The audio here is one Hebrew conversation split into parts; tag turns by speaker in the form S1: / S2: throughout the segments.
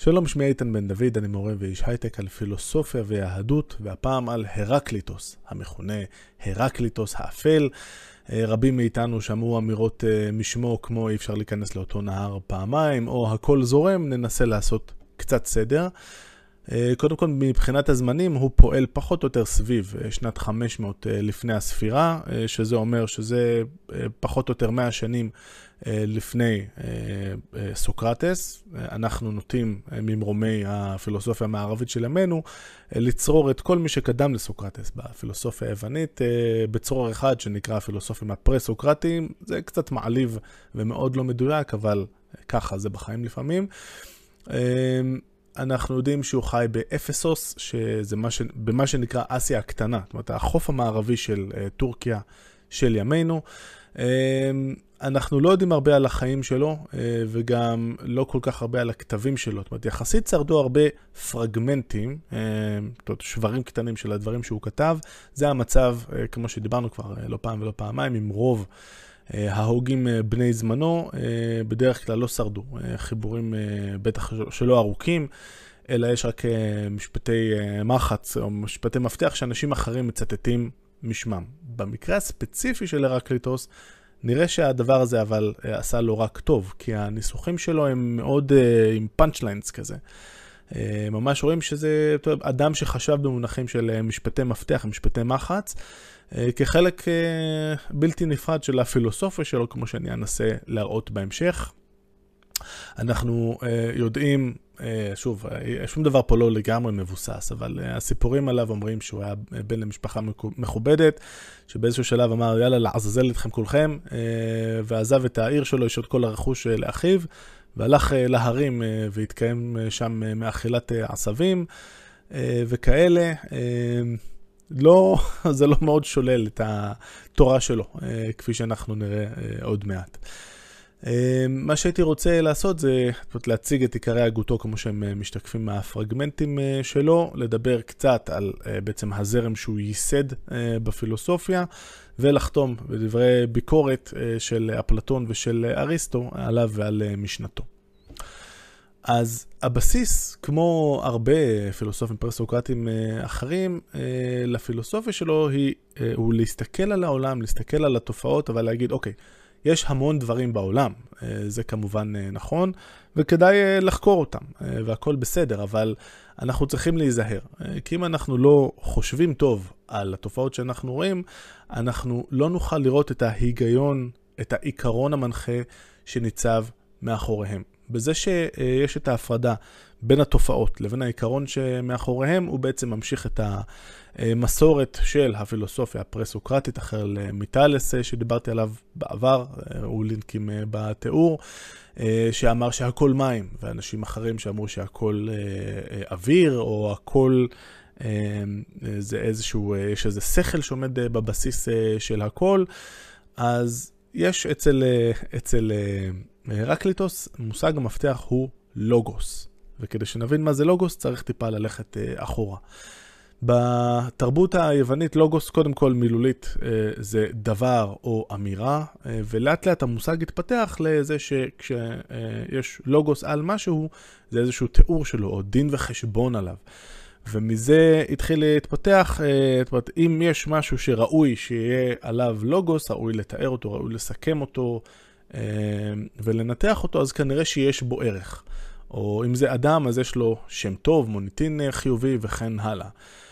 S1: שלום, שמי איתן בן דוד, אני מורה ואיש הייטק על פילוסופיה ויהדות, והפעם על הרקליטוס, המכונה הרקליטוס האפל. רבים מאיתנו שמעו אמירות משמו כמו אי אפשר להיכנס לאותו נהר פעמיים, או הכל זורם, ננסה לעשות קצת סדר. קודם כל, מבחינת הזמנים, הוא פועל פחות או יותר סביב שנת 500 לפני הספירה, שזה אומר שזה פחות או יותר 100 שנים לפני סוקרטס. אנחנו נוטים ממרומי הפילוסופיה המערבית של ימינו לצרור את כל מי שקדם לסוקרטס בפילוסופיה היוונית בצרור אחד שנקרא הפילוסופים הפרה-סוקרטיים. זה קצת מעליב ומאוד לא מדויק, אבל ככה זה בחיים לפעמים. אנחנו יודעים שהוא חי באפסוס, שזה במה שנקרא אסיה הקטנה, זאת אומרת, החוף המערבי של טורקיה של ימינו. אנחנו לא יודעים הרבה על החיים שלו, וגם לא כל כך הרבה על הכתבים שלו. זאת אומרת, יחסית שרדו הרבה פרגמנטים, שברים קטנים של הדברים שהוא כתב. זה המצב, כמו שדיברנו כבר לא פעם ולא פעמיים, עם רוב ההוגים בני זמנו, בדרך כלל לא שרדו. חיבורים בטח שלא ארוכים, אלא יש רק משפטי מחץ או משפטי מפתח שאנשים אחרים מצטטים משמם. במקרה הספציפי של הרקליטוס, נראה שהדבר הזה אבל עשה לו רק טוב, כי הניסוחים שלו הם מאוד עם פאנצ'ליינס כזה. ממש רואים שזה אדם שחשב במונחים של משפטי מפתח, משפטי מחץ, כחלק בלתי נפרד של הפילוסופיה שלו, כמו שאני אנסה להראות בהמשך. אנחנו יודעים, שוב, שום דבר פה לא לגמרי מבוסס, אבל הסיפורים עליו אומרים שהוא היה בן למשפחה מכובדת, שבאיזשהו שלב אמר, יאללה, לעזאזל אתכם כולכם, ועזב את העיר שלו, יש עוד כל הרכוש לאחיו, והלך להרים והתקיים שם מאכילת עשבים וכאלה. לא, זה לא מאוד שולל את התורה שלו, כפי שאנחנו נראה עוד מעט. מה שהייתי רוצה לעשות זה להציג את עיקרי הגותו כמו שהם משתקפים מהפרגמנטים שלו, לדבר קצת על בעצם הזרם שהוא ייסד בפילוסופיה, ולחתום בדברי ביקורת של אפלטון ושל אריסטו עליו ועל משנתו. אז הבסיס, כמו הרבה פילוסופים פרה-סוקרטיים אחרים, לפילוסופיה שלו הוא להסתכל על העולם, להסתכל על התופעות, אבל להגיד, אוקיי, יש המון דברים בעולם, זה כמובן נכון, וכדאי לחקור אותם, והכל בסדר, אבל אנחנו צריכים להיזהר. כי אם אנחנו לא חושבים טוב על התופעות שאנחנו רואים, אנחנו לא נוכל לראות את ההיגיון, את העיקרון המנחה שניצב מאחוריהם. בזה שיש את ההפרדה בין התופעות לבין העיקרון שמאחוריהם, הוא בעצם ממשיך את המסורת של הפילוסופיה הפרה-סוקרטית, אחר למיטלס שדיברתי עליו בעבר, הוא לינקים בתיאור, שאמר שהכל מים, ואנשים אחרים שאמרו שהכל אוויר, או הכל זה איזשהו, יש איזה שכל שעומד בבסיס של הכל. אז יש אצל הרקליטוס, מושג המפתח הוא לוגוס. וכדי שנבין מה זה לוגוס, צריך טיפה ללכת אחורה. בתרבות היוונית, לוגוס קודם כל מילולית זה דבר או אמירה, ולאט לאט המושג התפתח לזה שכשיש לוגוס על משהו, זה איזשהו תיאור שלו או דין וחשבון עליו. ומזה התחיל להתפתח, אם יש משהו שראוי שיהיה עליו לוגוס, ראוי לתאר אותו, ראוי לסכם אותו ולנתח אותו, אז כנראה שיש בו ערך. או אם זה אדם, אז יש לו שם טוב, מוניטין חיובי וכן הלאה.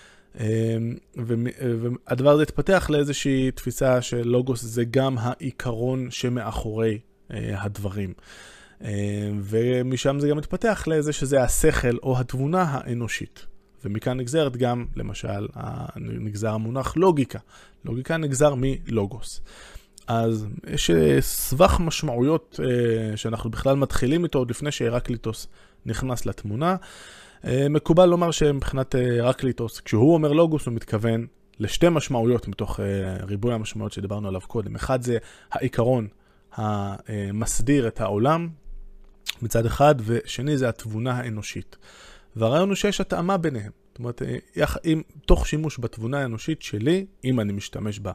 S1: והדבר הזה התפתח לאיזושהי תפיסה של לוגוס זה גם העיקרון שמאחורי הדברים. ומשם זה גם התפתח לאיזה שזה השכל או התבונה האנושית. ומכאן נגזרת גם, למשל, נגזר המונח לוגיקה. לוגיקה נגזר מלוגוס. אז יש סבך משמעויות שאנחנו בכלל מתחילים איתו עוד לפני שהרקליטוס נכנס לתמונה. מקובל לומר שמבחינת הרקליטוס, כשהוא אומר לוגוס הוא מתכוון לשתי משמעויות מתוך ריבוי המשמעויות שדיברנו עליו קודם. אחד זה העיקרון המסדיר את העולם מצד אחד, ושני זה התבונה האנושית. והרעיון הוא שיש התאמה ביניהם. זאת אומרת, תוך שימוש בתבונה האנושית שלי, אם אני משתמש בה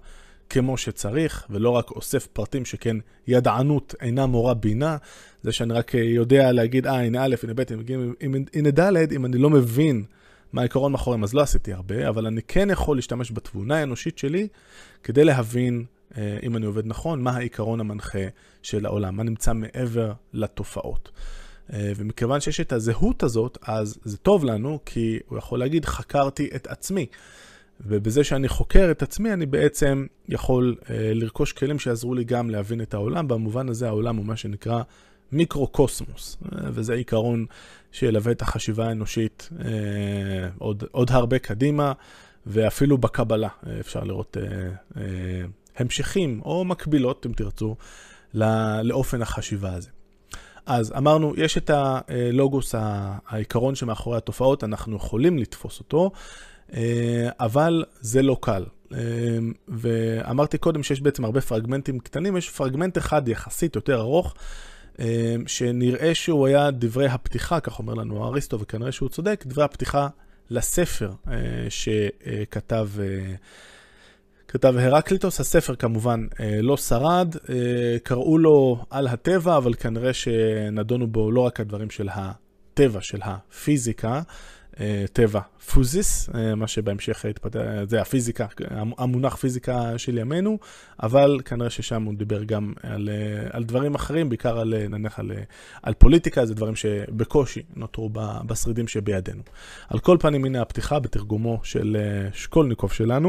S1: כמו שצריך, ולא רק אוסף פרטים שכן ידענות אינה מורה בינה, זה שאני רק יודע להגיד, הנה א', הנה ב', הנה ד', אם אני לא מבין מה העיקרון מאחוריהם, אז לא עשיתי הרבה, אבל אני כן יכול להשתמש בתבונה האנושית שלי, כדי להבין, אם אני עובד נכון, מה העיקרון המנחה של העולם, מה נמצא מעבר לתופעות. ומכיוון שיש את הזהות הזאת, אז זה טוב לנו, כי הוא יכול להגיד, חקרתי את עצמי. ובזה שאני חוקר את עצמי, אני בעצם יכול לרכוש כלים שיעזרו לי גם להבין את העולם. במובן הזה העולם הוא מה שנקרא מיקרו-קוסמוס, וזה עיקרון שילווה את החשיבה האנושית עוד הרבה קדימה, ואפילו בקבלה אפשר לראות המשכים או מקבילות, אם תרצו, לאופן החשיבה הזה. אז אמרנו, יש את הלוגוס, העיקרון שמאחורי התופעות, אנחנו יכולים לתפוס אותו, אבל זה לא קל. ואמרתי קודם שיש בעצם הרבה פרגמנטים קטנים, יש פרגמנט אחד יחסית יותר ארוך, שנראה שהוא היה דברי הפתיחה, כך אומר לנו אריסטו, וכנראה שהוא צודק, דברי הפתיחה לספר שכתב הרקליטוס. הספר כמובן לא שרד, קראו לו על הטבע, אבל כנראה שנדונו בו לא רק הדברים של הטבע, של הפיזיקה, טבע פוזיס, מה שבהמשך התפתח, זה הפיזיקה, המונח פיזיקה של ימינו, אבל כנראה ששם הוא דיבר גם על דברים אחרים, בעיקר נניח על פוליטיקה, זה דברים שבקושי נותרו בשרידים שבידינו. על כל פנים, הנה הפתיחה בתרגומו של שקולניקוב שלנו.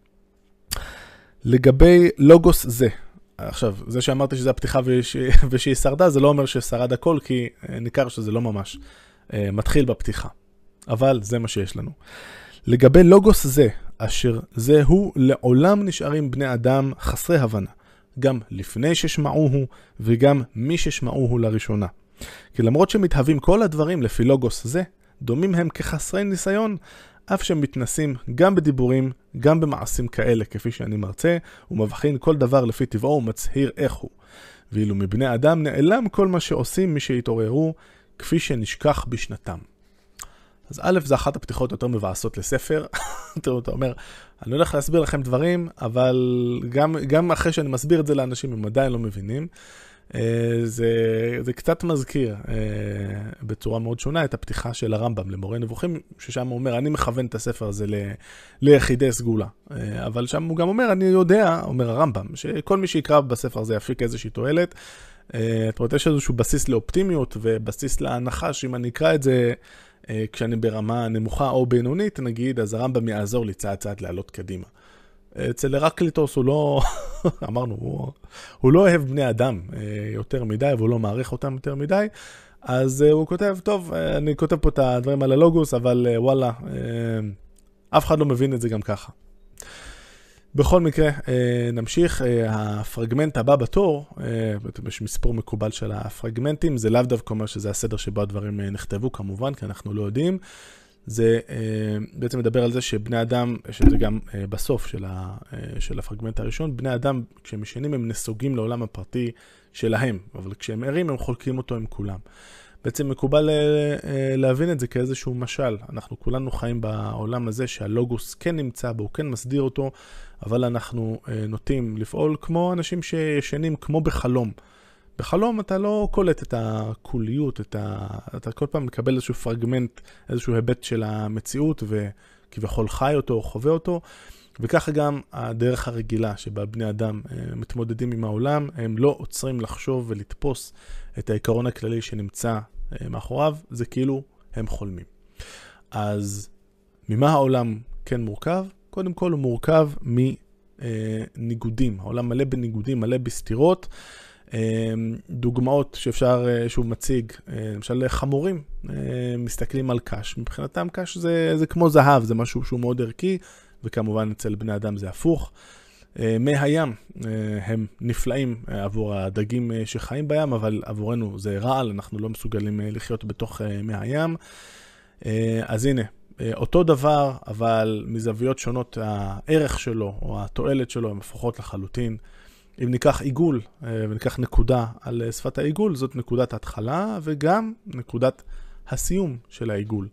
S1: לגבי לוגוס זה, עכשיו, זה שאמרתי שזה הפתיחה ושהיא שרדה, זה לא אומר ששרד הכל, כי ניכר שזה לא ממש מתחיל בפתיחה. אבל זה מה שיש לנו. לגבי לוגוס זה, אשר זהו לעולם נשארים בני אדם חסרי הבנה, גם לפני ששמעוהו וגם מי ששמעוהו לראשונה. כי למרות שמתהווים כל הדברים לפי לוגוס זה, דומים הם כחסרי ניסיון, אף שהם מתנסים גם בדיבורים, גם במעשים כאלה, כפי שאני מרצה, ומבחין כל דבר לפי טבעו ומצהיר איך הוא. ואילו מבני אדם נעלם כל מה שעושים מי שהתעוררו, כפי שנשכח בשנתם. אז א', זה אחת הפתיחות יותר מבאסות לספר. תראו, אתה אומר, אני הולך להסביר לכם דברים, אבל גם אחרי שאני מסביר את זה לאנשים, הם עדיין לא מבינים. זה קצת מזכיר בצורה מאוד שונה את הפתיחה של הרמב"ם למורה נבוכים, ששם הוא אומר, אני מכוון את הספר הזה ליחידי סגולה. אבל שם הוא גם אומר, אני יודע, אומר הרמב"ם, שכל מי שיקרא בספר הזה יפיק איזושהי תועלת. זאת אומרת, יש איזשהו בסיס לאופטימיות ובסיס להנחה, שאם אני אקרא את זה כשאני ברמה נמוכה או בינונית, נגיד, אז הרמב"ם יעזור לי צעד צעד לעלות קדימה. אצל הרקליטוס הוא לא, אמרנו, הוא לא אוהב בני אדם יותר מדי, והוא לא מעריך אותם יותר מדי, אז הוא כותב, טוב, אני כותב פה את הדברים על הלוגוס, אבל וואלה, אף אחד לא מבין את זה גם ככה. בכל מקרה, נמשיך. הפרגמנט הבא בתור, יש מספור מקובל של הפרגמנטים, זה לאו דווקא אומר שזה הסדר שבו הדברים נכתבו כמובן, כי אנחנו לא יודעים. זה בעצם מדבר על זה שבני אדם, שזה גם בסוף של הפרגמנט הראשון, בני אדם כשהם משנים הם נסוגים לעולם הפרטי שלהם, אבל כשהם ערים הם חולקים אותו עם כולם. בעצם מקובל להבין את זה כאיזשהו משל. אנחנו כולנו חיים בעולם הזה שהלוגוס כן נמצא בו, הוא כן מסדיר אותו, אבל אנחנו נוטים לפעול כמו אנשים שישנים כמו בחלום. בחלום אתה לא קולט את הקוליות, אתה כל פעם מקבל איזשהו פרגמנט, איזשהו היבט של המציאות, וכביכול חי אותו או חווה אותו, וככה גם הדרך הרגילה שבה בני אדם מתמודדים עם העולם, הם לא עוצרים לחשוב ולתפוס את העיקרון הכללי שנמצא מאחוריו, זה כאילו הם חולמים. אז ממה העולם כן מורכב? קודם כל הוא מורכב מניגודים, העולם מלא בניגודים, מלא בסתירות, דוגמאות שאפשר, שהוא מציג, למשל חמורים, מסתכלים על קש, מבחינתם קש זה כמו זהב, זה משהו שהוא מאוד ערכי, וכמובן אצל בני אדם זה הפוך. מי הים הם נפלאים עבור הדגים שחיים בים, אבל עבורנו זה רעל, אנחנו לא מסוגלים לחיות בתוך מי הים. אז הנה, אותו דבר, אבל מזוויות שונות, הערך שלו או התועלת שלו הם הפוכות לחלוטין. אם ניקח עיגול וניקח נקודה על שפת העיגול, זאת נקודת ההתחלה וגם נקודת הסיום של העיגול.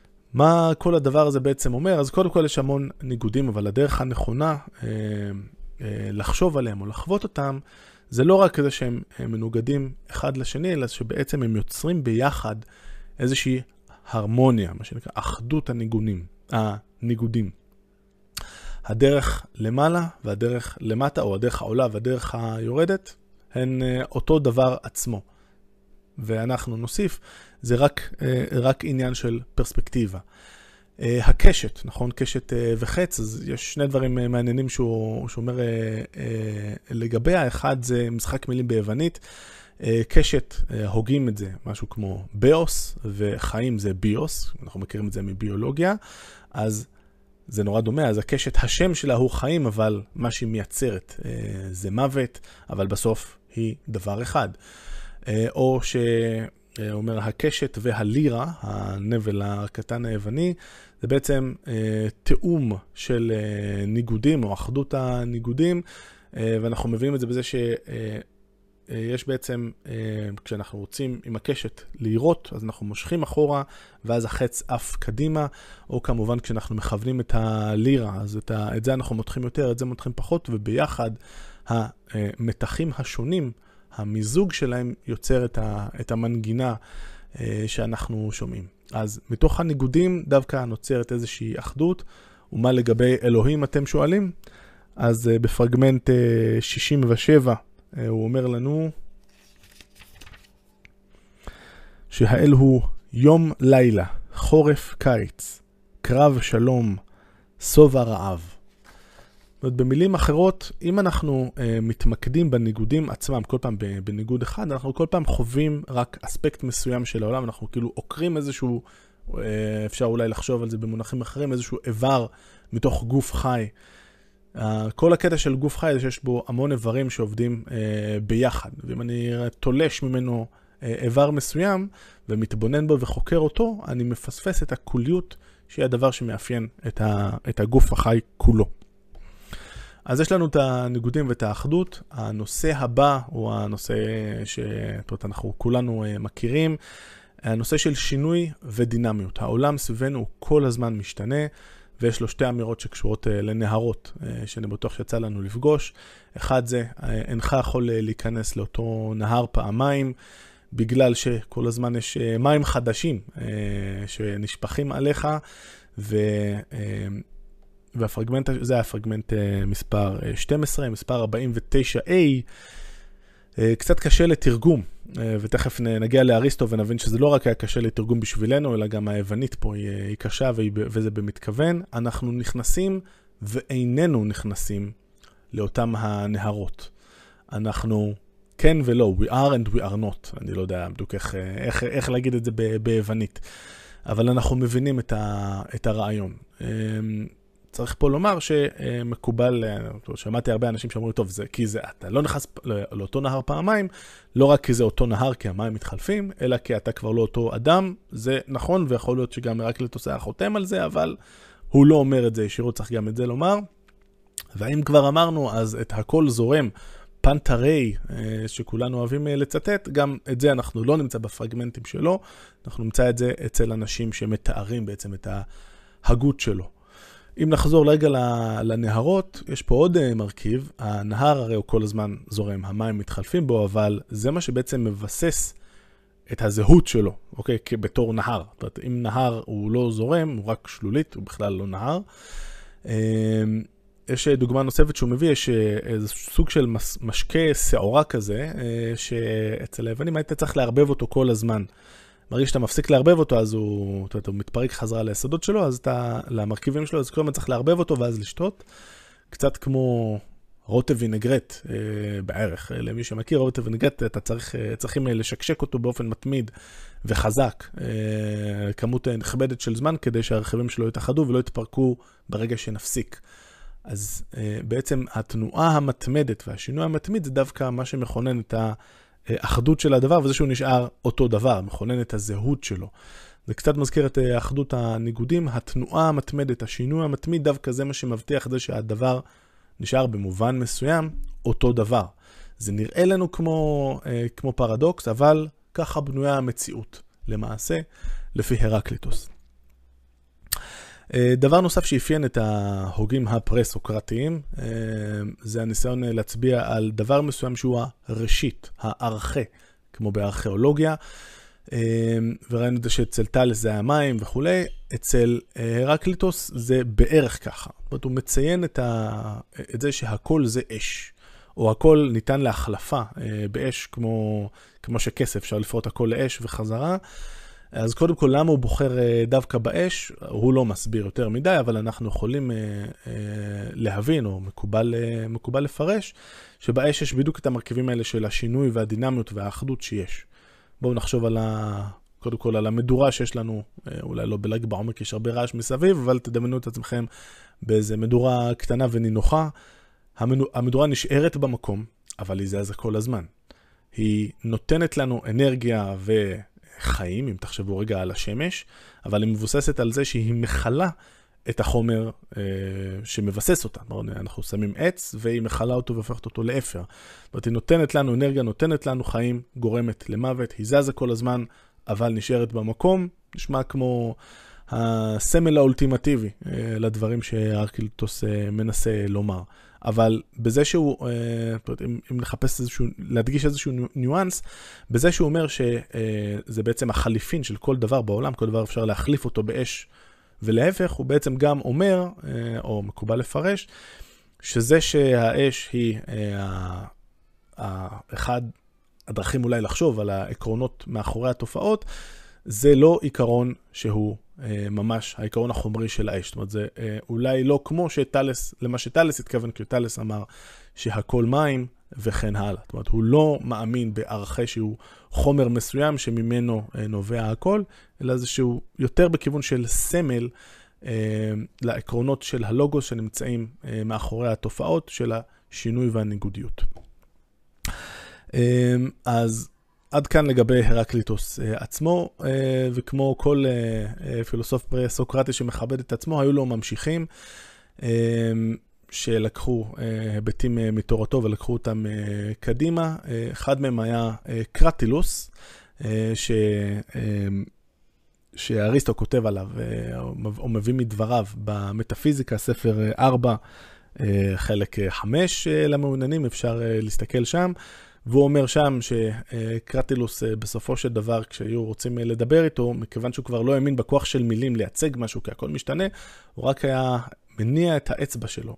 S1: מה כל הדבר הזה בעצם אומר? אז קודם כל יש המון ניגודים, אבל הדרך הנכונה לחשוב עליהם או לחוות אותם, זה לא רק כזה שהם מנוגדים אחד לשני, אלא שבעצם הם יוצרים ביחד איזושהי הרמוניה, מה שנקרא אחדות הניגודים. הדרך למעלה והדרך למטה, או הדרך העולה והדרך היורדת, הן אותו דבר עצמו. ואנחנו נוסיף, זה רק עניין של פרספקטיבה. הקשת, נכון? קשת וחץ, אז יש שני דברים מעניינים שהוא אומר לגביה. אחד זה משחק מילים ביוונית. קשת, הוגים את זה, משהו כמו ביוס, וחיים זה ביוס, אנחנו מכירים את זה מביולוגיה, אז זה נורא דומה. אז הקשת, השם שלה הוא חיים, אבל מה שהיא מייצרת זה מוות, אבל בסוף היא דבר אחד. או שאומר הקשת והלירה, הנבל הקטן היווני, זה בעצם תאום של ניגודים או אחדות הניגודים, ואנחנו מבינים את זה בזה שיש בעצם, כשאנחנו רוצים עם הקשת לירות, אז אנחנו מושכים אחורה, ואז החץ אף קדימה, או כמובן כשאנחנו מכוונים את הלירה, אז את זה אנחנו מותחים יותר, את זה מותחים פחות, וביחד המתחים השונים, המיזוג שלהם יוצר את המנגינה שאנחנו שומעים. אז מתוך הניגודים דווקא נוצרת איזושהי אחדות, ומה לגבי אלוהים אתם שואלים? אז בפרגמנט 67 הוא אומר לנו שהאל הוא יום לילה, חורף קיץ, קרב שלום, סובה רעב. זאת אומרת, במילים אחרות, אם אנחנו מתמקדים בניגודים עצמם, כל פעם בניגוד אחד, אנחנו כל פעם חווים רק אספקט מסוים של העולם, אנחנו כאילו עוקרים איזשהו, אפשר אולי לחשוב על זה במונחים אחרים, איזשהו איבר מתוך גוף חי. כל הקטע של גוף חי זה שיש בו המון איברים שעובדים ביחד, ואם אני תולש ממנו איבר מסוים ומתבונן בו וחוקר אותו, אני מפספס את הקוליות שהיא הדבר שמאפיין את הגוף החי כולו. אז יש לנו את הניגודים ואת האחדות. הנושא הבא הוא הנושא שאנחנו כולנו מכירים, הנושא של שינוי ודינמיות. העולם סביבנו הוא כל הזמן משתנה, ויש לו שתי אמירות שקשורות לנהרות, שאני בטוח שיצא לנו לפגוש. אחד זה, אינך יכול להיכנס לאותו נהר פעמיים, בגלל שכל הזמן יש מים חדשים שנשפכים עליך, והפרגמנט, זה היה הפרגמנט מספר 12, מספר 49A, קצת קשה לתרגום, ותכף נגיע לאריסטו ונבין שזה לא רק היה קשה לתרגום בשבילנו, אלא גם היוונית פה היא קשה וזה במתכוון. אנחנו נכנסים ואיננו נכנסים לאותם הנהרות. אנחנו כן ולא, we are and we are not. אני לא יודע בדיוק איך להגיד את זה ביוונית, אבל אנחנו מבינים את הרעיון. צריך פה לומר שמקובל, שמעתי הרבה אנשים שאמרו, טוב, זה כי זה, אתה לא נכנס לאותו נהר פעמיים, לא רק כי זה אותו נהר, כי המים מתחלפים, אלא כי אתה כבר לא אותו אדם. זה נכון, ויכול להיות שגם רק לתוסע חותם על זה, אבל הוא לא אומר את זה ישירות, צריך גם את זה לומר. ואם כבר אמרנו, אז את הכל זורם, פנטרי, שכולנו אוהבים לצטט, גם את זה אנחנו לא נמצא בפרגמנטים שלו, אנחנו נמצא את זה אצל אנשים שמתארים בעצם את ההגות שלו. אם נחזור לרגע לנהרות, יש פה עוד מרכיב. הנהר הרי הוא כל הזמן זורם, המים מתחלפים בו, אבל זה מה שבעצם מבסס את הזהות שלו, אוקיי? בתור נהר. זאת אומרת, אם נהר הוא לא זורם, הוא רק שלולית, הוא בכלל לא נהר. יש דוגמה נוספת שהוא מביא, יש איזה סוג של משקה שעורה כזה, שאצל היוונים היית צריך להרבב אותו כל הזמן. מרגיש שאתה מפסיק להרבב אותו, אז הוא מתפרק חזרה ליסודות שלו, אז למרכיבים שלו, אז כל הזמן צריך להרבב אותו ואז לשתות. קצת כמו רוטב וינגרט בערך. למי שמכיר, רוטב וינגרט, אתה צריכים לשקשק אותו באופן מתמיד וחזק, כמות נכבדת של זמן, כדי שהרכיבים שלו יתאחדו ולא יתפרקו ברגע שנפסיק. אז בעצם התנועה המתמדת והשינוי המתמיד זה דווקא מה שמכונן את האחדות של הדבר, וזה שהוא נשאר אותו דבר, מכונן את הזהות שלו. זה קצת מזכיר את אחדות הניגודים, התנועה המתמדת, השינוי המתמיד, דווקא זה מה שמבטיח את זה שהדבר נשאר במובן מסוים אותו דבר. זה נראה לנו כמו פרדוקס, אבל ככה בנויה המציאות, למעשה, לפי הרקליטוס. דבר נוסף שאפיין את ההוגים הפרה-סוקרטיים, זה הניסיון להצביע על דבר מסוים שהוא הראשית, הארכה, כמו בארכיאולוגיה, וראינו את זה שאצל תאלס זה המים וכו', אצל הרקליטוס זה בערך ככה. זאת אומרת, הוא מציין את זה שהכל זה אש, או הכל ניתן להחלפה באש, כמו שכסף, אפשר לפרוט הכל לאש וחזרה. אז קודם כל, למה הוא בוחר דווקא באש? הוא לא מסביר יותר מדי, אבל אנחנו יכולים להבין, או מקובל לפרש, שבאש יש בדיוק את המרכיבים האלה של השינוי והדינמיות והאחדות שיש. בואו נחשוב קודם כל על המדורה שיש לנו, אולי לא בל"ג בעומר, יש הרבה רעש מסביב, אבל תדמיינו את עצמכם באיזה מדורה קטנה ונינוחה. המדורה נשארת במקום, אבל היא זזה כל הזמן. היא נותנת לנו אנרגיה וחיים, אם תחשבו רגע על השמש, אבל היא מבוססת על זה שהיא מחלה את החומר שמבסס אותה. אנחנו שמים עץ והיא מחלה אותו והופכת אותו לאפר. זאת אומרת, היא נותנת לנו אנרגיה, נותנת לנו חיים, גורמת למוות, היא זזה כל הזמן, אבל נשארת במקום. נשמע כמו הסמל האולטימטיבי לדברים שהרקליטוס מנסה לומר. אבל בזה שהוא, אם נחפש להדגיש איזשהו ניואנס, בזה שהוא אומר שזה בעצם החליפין של כל דבר בעולם, כל דבר אפשר להחליף אותו באש ולהפך, הוא בעצם גם אומר, או מקובל לפרש, שזה שהאש היא אחד הדרכים אולי לחשוב על העקרונות מאחורי התופעות, זה לא עיקרון שהוא ממש העיקרון החומרי של האש. זאת אומרת, זה אולי לא כמו למה שתאלס התכוון, כי תאלס אמר שהכל מים וכן הלאה. זאת אומרת, הוא לא מאמין בערכה שהוא חומר מסוים שממנו נובע הכל, אלא זה שהוא יותר בכיוון של סמל לעקרונות של הלוגוס שנמצאים מאחורי התופעות של השינוי והניגודיות. אז עד כאן לגבי הרקליטוס עצמו, וכמו כל פילוסוף פרה-סוקרטי שמכבד את עצמו, היו לו ממשיכים שלקחו היבטים מתורתו ולקחו אותם קדימה. אחד מהם היה קרטילוס, שאריסטו כותב עליו, או מביא מדבריו במטאפיזיקה, ספר 4, חלק 5 למעוניינים, אפשר להסתכל שם. והוא אומר שם שקרטילוס בסופו של דבר, כשהיו רוצים לדבר איתו, מכיוון שהוא כבר לא האמין בכוח של מילים לייצג משהו, כי הכל משתנה, הוא רק היה מניע את האצבע שלו.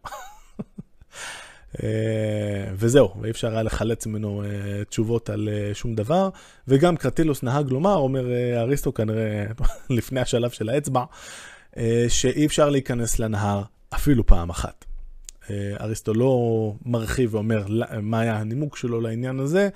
S1: וזהו, ואי אפשר היה לחלץ ממנו תשובות על שום דבר. וגם קרטילוס נהג לומר, אומר אריסטו כנראה לפני השלב של האצבע, שאי אפשר להיכנס לנהר אפילו פעם אחת. אריסטו לא מרחיב ואומר מה היה הנימוק שלו לעניין הזה.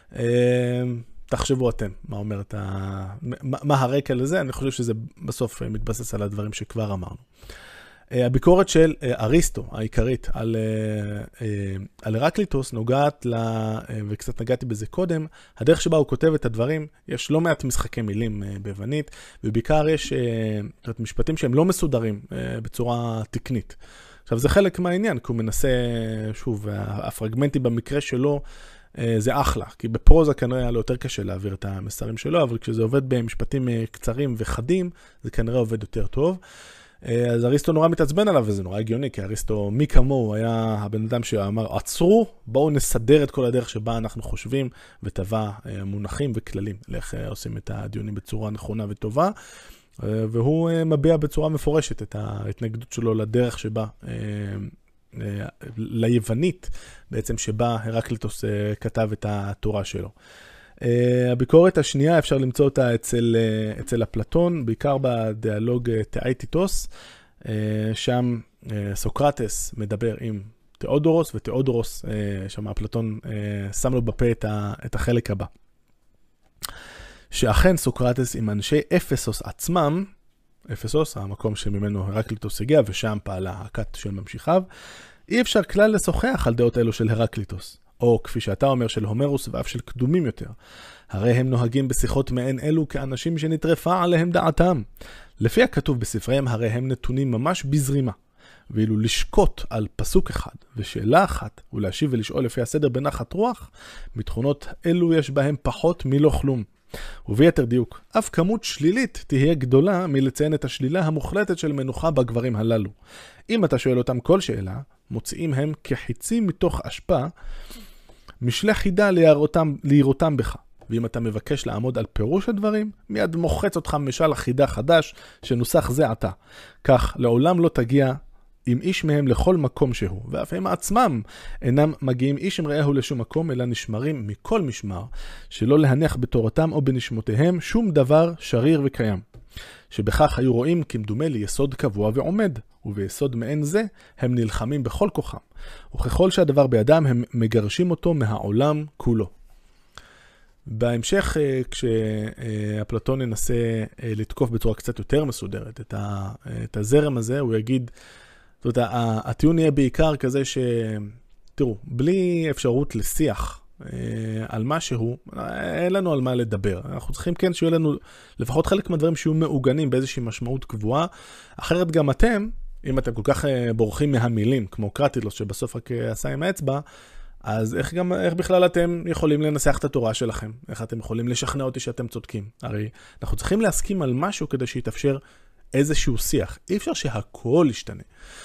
S1: תחשבו אתם, מה הרקע לזה. אני חושב שזה בסוף מתבסס על הדברים שכבר אמרנו. הביקורת של אריסטו העיקרית על הרקליטוס נוגעת, וקצת נגעתי בזה קודם, הדרך שבה הוא כותב את הדברים. יש לא מעט משחקי מילים ביוונית, ובעיקר יש משפטים שהם לא מסודרים בצורה תקנית. עכשיו, זה חלק מהעניין, כי הוא מנסה, שוב, הפרגמנטי במקרה שלו, זה אחלה, כי בפרוזה כנראה היה לו יותר קשה להעביר את המסרים שלו, אבל כשזה עובד במשפטים קצרים וחדים, זה כנראה עובד יותר טוב. אז אריסטו נורא מתעצבן עליו, וזה נורא הגיוני, כי אריסטו, מי כמוהו, היה הבן אדם שאמר, עצרו, בואו נסדר את כל הדרך שבה אנחנו חושבים, וטבע מונחים וכללים, לאיך עושים את הדיונים בצורה נכונה וטובה. והוא מביע בצורה מפורשת את ההתנגדות שלו לדרך שבה, ליוונית בעצם שבה הרקליטוס כתב את התורה שלו. הביקורת השנייה אפשר למצוא אותה אצל אפלטון, בעיקר בדיאלוג תאיטיטוס, שם סוקרטס מדבר עם תיאודורוס, ותיאודורוס, שם אפלטון שם לו בפה את החלק הבא. שאכן סוקרטס עם אנשי אפסוס עצמם, אפסוס, המקום שממנו הרקליטוס הגיע, ושם פעלה הכת של ממשיכיו, אי אפשר כלל לשוחח על דעות אלו של הרקליטוס, או כפי שאתה אומר של הומרוס ואף של קדומים יותר. הרי הם נוהגים בשיחות מעין אלו כאנשים שנטרפה עליהם דעתם. לפי הכתוב בספריהם, הרי הם נתונים ממש בזרימה. ואילו לשקוט על פסוק אחד ושאלה אחת, ולהשיב ולשאול לפי הסדר בנחת רוח, מתכונות אלו יש בהם פחות מלא כלום. וביתר דיוק, אף כמות שלילית תהיה גדולה מלציין את השלילה המוחלטת של מנוחה בגברים הללו. אם אתה שואל אותם כל שאלה, מוציאים הם כחיצים מתוך אשפה, משלה חידה להירותם בך. ואם אתה מבקש לעמוד על פירוש הדברים, מיד מוחץ אותך משל החידה חדש שנוסח זה עתה. כך לעולם לא תגיע עם איש מהם לכל מקום שהוא, ואף הם עצמם אינם מגיעים איש עם רעהו לשום מקום, אלא נשמרים מכל משמר, שלא להניח בתורתם או בנשמותיהם שום דבר שריר וקיים. שבכך היו רואים כמדומה ליסוד קבוע ועומד, וביסוד מעין זה הם נלחמים בכל כוחם, וככל שהדבר בידם הם מגרשים אותו מהעולם כולו. בהמשך, כשאפלטון ינסה לתקוף בצורה קצת יותר מסודרת את הזרם הזה, הוא יגיד, זאת אומרת, הטיעון יהיה בעיקר כזה תראו, בלי אפשרות לשיח על משהו, אין לנו על מה לדבר. אנחנו צריכים כן שיהיו לנו לפחות חלק מהדברים שיהיו מעוגנים באיזושהי משמעות קבועה, אחרת גם אתם, אם אתם כל כך בורחים מהמילים, כמו קרטילוס שבסוף רק עשה עם האצבע, אז איך בכלל אתם יכולים לנסח את התורה שלכם? איך אתם יכולים לשכנע אותי שאתם צודקים? הרי אנחנו צריכים להסכים על משהו כדי שיתאפשר איזשהו שיח. אי אפשר שהכל ישתנה.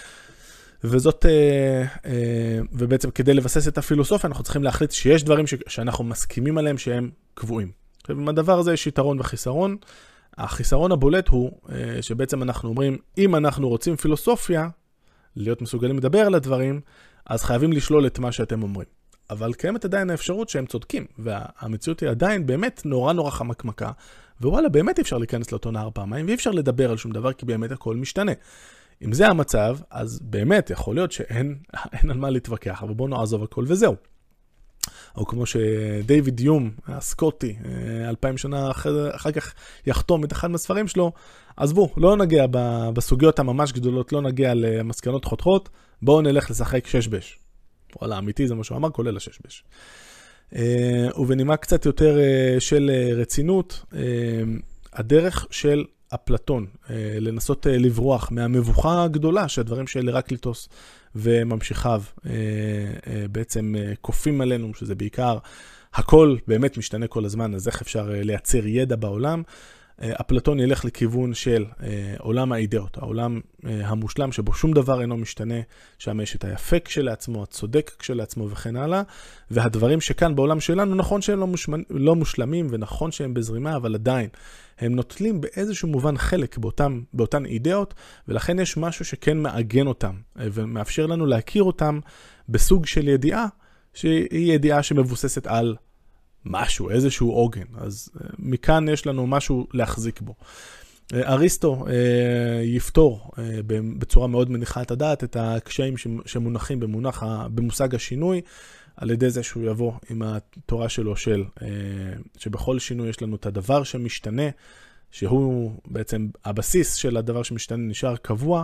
S1: ובעצם כדי לבסס את הפילוסופיה, אנחנו צריכים להחליט שיש דברים שאנחנו מסכימים עליהם שהם קבועים. עם הדבר הזה יש יתרון וחיסרון. החיסרון הבולט הוא שבעצם אנחנו אומרים, אם אנחנו רוצים פילוסופיה, להיות מסוגלים לדבר על הדברים, אז חייבים לשלול את מה שאתם אומרים. אבל קיימת עדיין האפשרות שהם צודקים, והמציאות היא עדיין באמת נורא חמקמקה, ווואלה, באמת אי אפשר להיכנס לאותו נהר פעמיים, ואי אפשר לדבר על שום דבר, כי באמת הכל משתנה. אם זה המצב, אז באמת יכול להיות שאין על מה להתווכח, אבל בואו נעזוב הכל וזהו. או כמו שדייוויד יום, הסקוטי, 2000 שנה אחר כך יחתום את אחד מהספרים שלו, אז לא נגיע בסוגיות הממש גדולות, לא נגיע למסקנות חותכות, בואו נלך לשחק ששבש. וואלה, אמיתי זה מה שהוא אמר, כולל הששבש. ובנימה קצת יותר של רצינות, הדרך של אפלטון, לנסות לברוח מהמבוכה הגדולה שהדברים של הרקליטוס וממשיכיו בעצם קופים עלינו, שזה בעיקר הכל באמת משתנה כל הזמן, אז איך אפשר לייצר ידע בעולם. אפלטון ילך לכיוון של עולם האידאות, העולם המושלם שבו שום דבר אינו משתנה, שם יש את היפה כשלעצמו, הצודק כשלעצמו וכן הלאה, והדברים שכאן בעולם שלנו נכון שהם לא מושלמים ונכון שהם בזרימה, אבל עדיין הם נוטלים באיזשהו מובן חלק באותן אידאות, ולכן יש משהו שכן מעגן אותם ומאפשר לנו להכיר אותם בסוג של ידיעה, שהיא ידיעה שמבוססת על משהו, איזשהו עוגן. אז מכאן יש לנו משהו להחזיק בו. אריסטו יפתור בצורה מאוד מניחה את הדעת את הקשיים שמונחים במושג השינוי, על ידי זה שהוא יבוא עם התורה שלו שבכל שינוי יש לנו את הדבר שמשתנה, שהוא בעצם הבסיס של הדבר שמשתנה נשאר קבוע,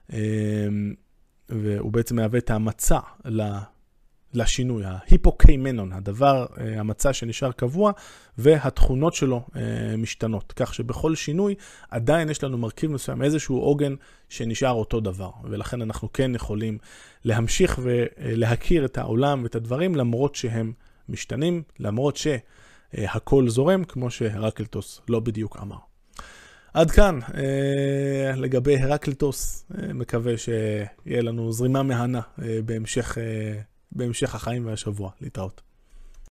S1: והוא בעצם מהווה את המצע לשינוי, ההיפוקיימנון, המצע שנשאר קבוע, והתכונות שלו משתנות. כך שבכל שינוי עדיין יש לנו מרכיב מסוים, איזשהו עוגן שנשאר אותו דבר. ולכן אנחנו כן יכולים להמשיך ולהכיר את העולם ואת הדברים, למרות שהם משתנים, למרות שהכל זורם, כמו שהרקליטוס לא בדיוק אמר. עד כאן, לגבי הרקליטוס, מקווה שיהיה לנו זרימה מהנה בהמשך החיים והשבוע. להתראות.